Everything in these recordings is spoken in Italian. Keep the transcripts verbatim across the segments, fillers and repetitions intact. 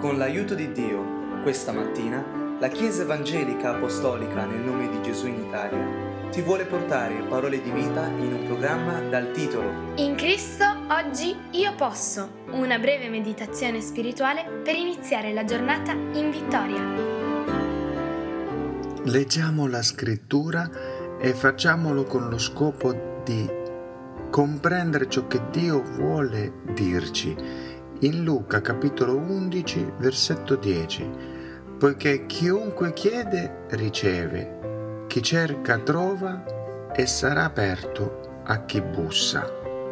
Con l'aiuto di Dio, questa mattina, la Chiesa Evangelica Apostolica nel nome di Gesù in Italia ti vuole portare parole di vita in un programma dal titolo In Cristo oggi io posso, una breve meditazione spirituale per iniziare la giornata in vittoria. Leggiamo la scrittura e facciamolo con lo scopo di comprendere ciò che Dio vuole dirci. In Luca capitolo undici versetto dieci, poiché chiunque chiede riceve, chi cerca trova e sarà aperto a chi bussa.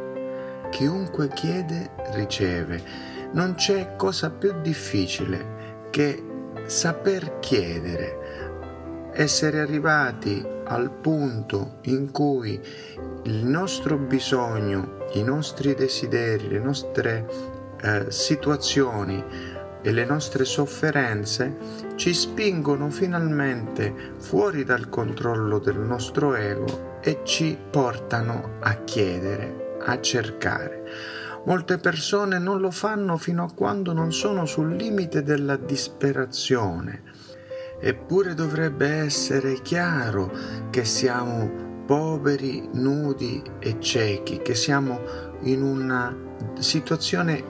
Chiunque chiede riceve. Non c'è cosa più difficile che saper chiedere, essere arrivati al punto in cui il nostro bisogno, i nostri desideri, le nostre Eh, situazioni e le nostre sofferenze ci spingono finalmente fuori dal controllo del nostro ego e ci portano a chiedere, a cercare. Molte persone non lo fanno fino a quando non sono sul limite della disperazione. Eppure dovrebbe essere chiaro che siamo poveri, nudi e ciechi, che siamo in una situazione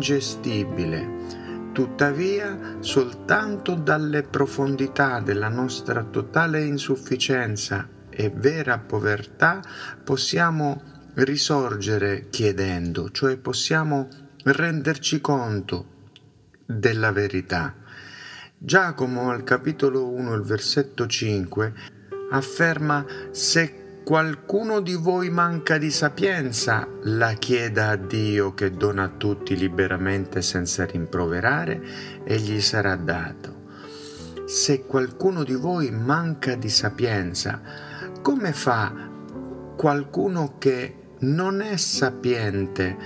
ingestibile. Tuttavia, soltanto dalle profondità della nostra totale insufficienza e vera povertà possiamo risorgere chiedendo, cioè possiamo renderci conto della verità. Giacomo al capitolo uno, il versetto cinque, afferma: se qualcuno di voi manca di sapienza, la chieda a Dio che dona a tutti liberamente senza rimproverare e gli sarà dato. Se qualcuno di voi manca di sapienza, come fa qualcuno che non è sapiente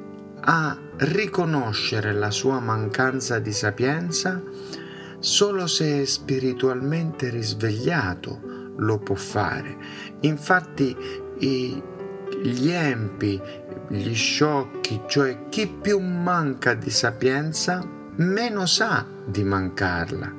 a riconoscere la sua mancanza di sapienza? Solo se è spiritualmente risvegliato lo può fare. Infatti i, gli empi, gli sciocchi, cioè chi più manca di sapienza, meno sa di mancarla.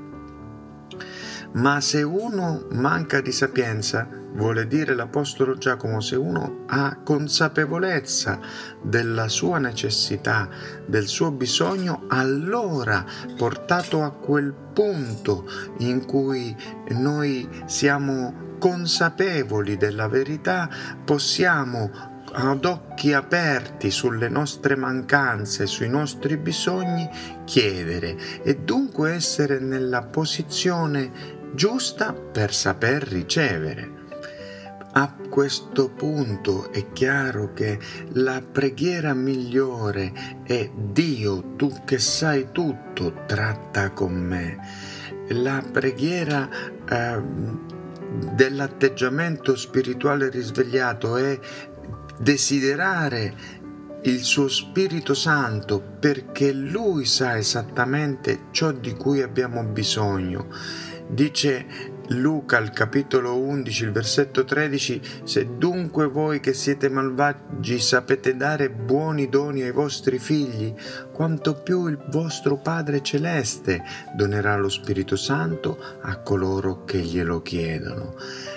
Ma se uno manca di sapienza, vuole dire l'Apostolo Giacomo, se uno ha consapevolezza della sua necessità, del suo bisogno, allora, portato a quel punto in cui noi siamo consapevoli della verità, possiamo ad occhi aperti sulle nostre mancanze, sui nostri bisogni, chiedere e dunque essere nella posizione giusta per saper ricevere. A questo punto è chiaro che la preghiera migliore è: Dio, tu che sai tutto, tratta con me. La preghiera eh, dell'atteggiamento spirituale risvegliato è desiderare il suo Spirito Santo, perché Lui sa esattamente ciò di cui abbiamo bisogno. Dice Luca al capitolo undici, il versetto tredici: se dunque voi che siete malvagi sapete dare buoni doni ai vostri figli, quanto più il vostro Padre Celeste donerà lo Spirito Santo a coloro che glielo chiedono.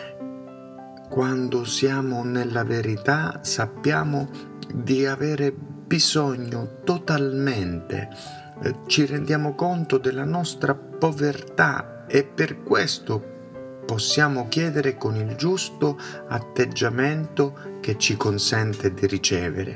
Quando siamo nella verità sappiamo di avere bisogno totalmente, ci rendiamo conto della nostra povertà e per questo possiamo chiedere con il giusto atteggiamento che ci consente di ricevere.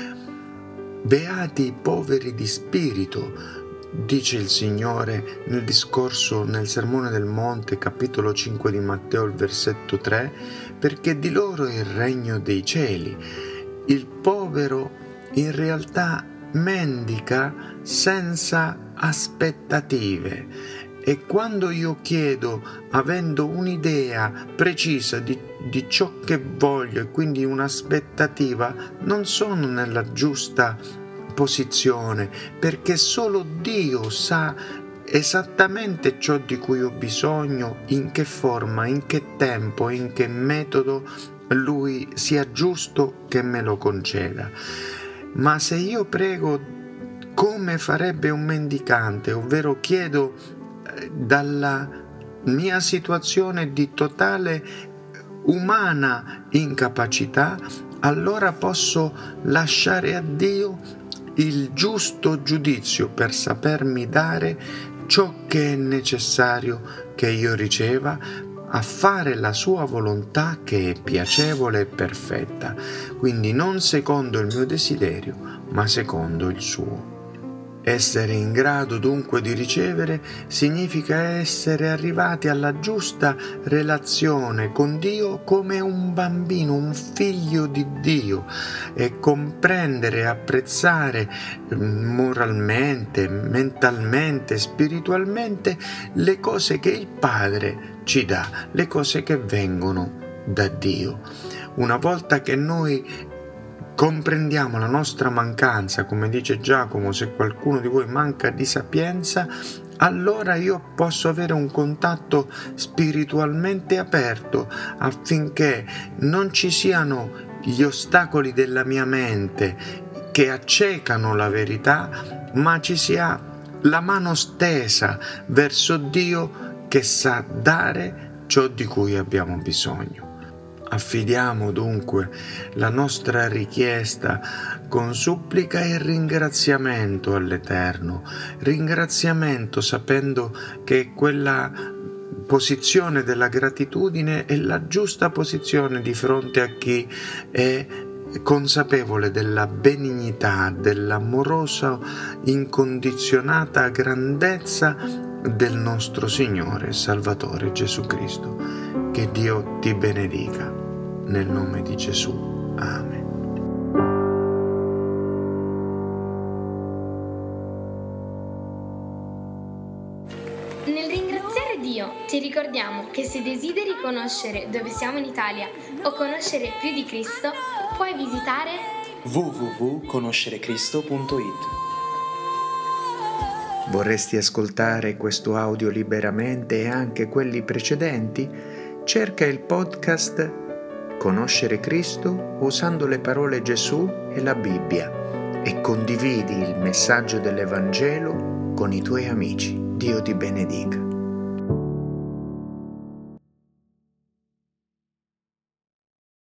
Beati i poveri di spirito, dice il Signore nel discorso nel Sermone del Monte, capitolo cinque di Matteo, il versetto tre, perché di loro è il regno dei cieli. Il povero in realtà mendica senza aspettative. E quando io chiedo, avendo un'idea precisa di, di ciò che voglio e quindi un'aspettativa, non sono nella giusta posizione, perché solo Dio sa esattamente ciò di cui ho bisogno, in che forma, in che tempo, in che metodo Lui sia giusto che me lo conceda. Ma se io prego come farebbe un mendicante, ovvero chiedo eh, dalla mia situazione di totale umana incapacità, allora posso lasciare a Dio il giusto giudizio per sapermi dare ciò che è necessario che io riceva, a fare la sua volontà che è piacevole e perfetta, quindi non secondo il mio desiderio, ma secondo il suo. Essere in grado dunque di ricevere significa essere arrivati alla giusta relazione con Dio come un bambino, un figlio di Dio, e comprendere e apprezzare moralmente, mentalmente, spiritualmente le cose che il Padre ci dà, le cose che vengono da Dio. Una volta che noi comprendiamo la nostra mancanza, come dice Giacomo, se qualcuno di voi manca di sapienza, allora io posso avere un contatto spiritualmente aperto affinché non ci siano gli ostacoli della mia mente che accecano la verità, ma ci sia la mano stesa verso Dio che sa dare ciò di cui abbiamo bisogno. Affidiamo dunque la nostra richiesta con supplica e ringraziamento all'Eterno, ringraziamento sapendo che quella posizione della gratitudine è la giusta posizione di fronte a chi è consapevole della benignità, dell'amorosa, incondizionata grandezza del nostro Signore e Salvatore Gesù Cristo. Che Dio ti benedica, nel nome di Gesù. Amen. Nel ringraziare Dio ti ricordiamo che se desideri conoscere dove siamo in Italia o conoscere più di Cristo, puoi visitare w w w punto conoscere cristo punto it. Vorresti ascoltare questo audio liberamente e anche quelli precedenti? Cerca il podcast Conoscere Cristo usando le parole Gesù e la Bibbia e condividi il messaggio dell'Evangelo con i tuoi amici. Dio ti benedica.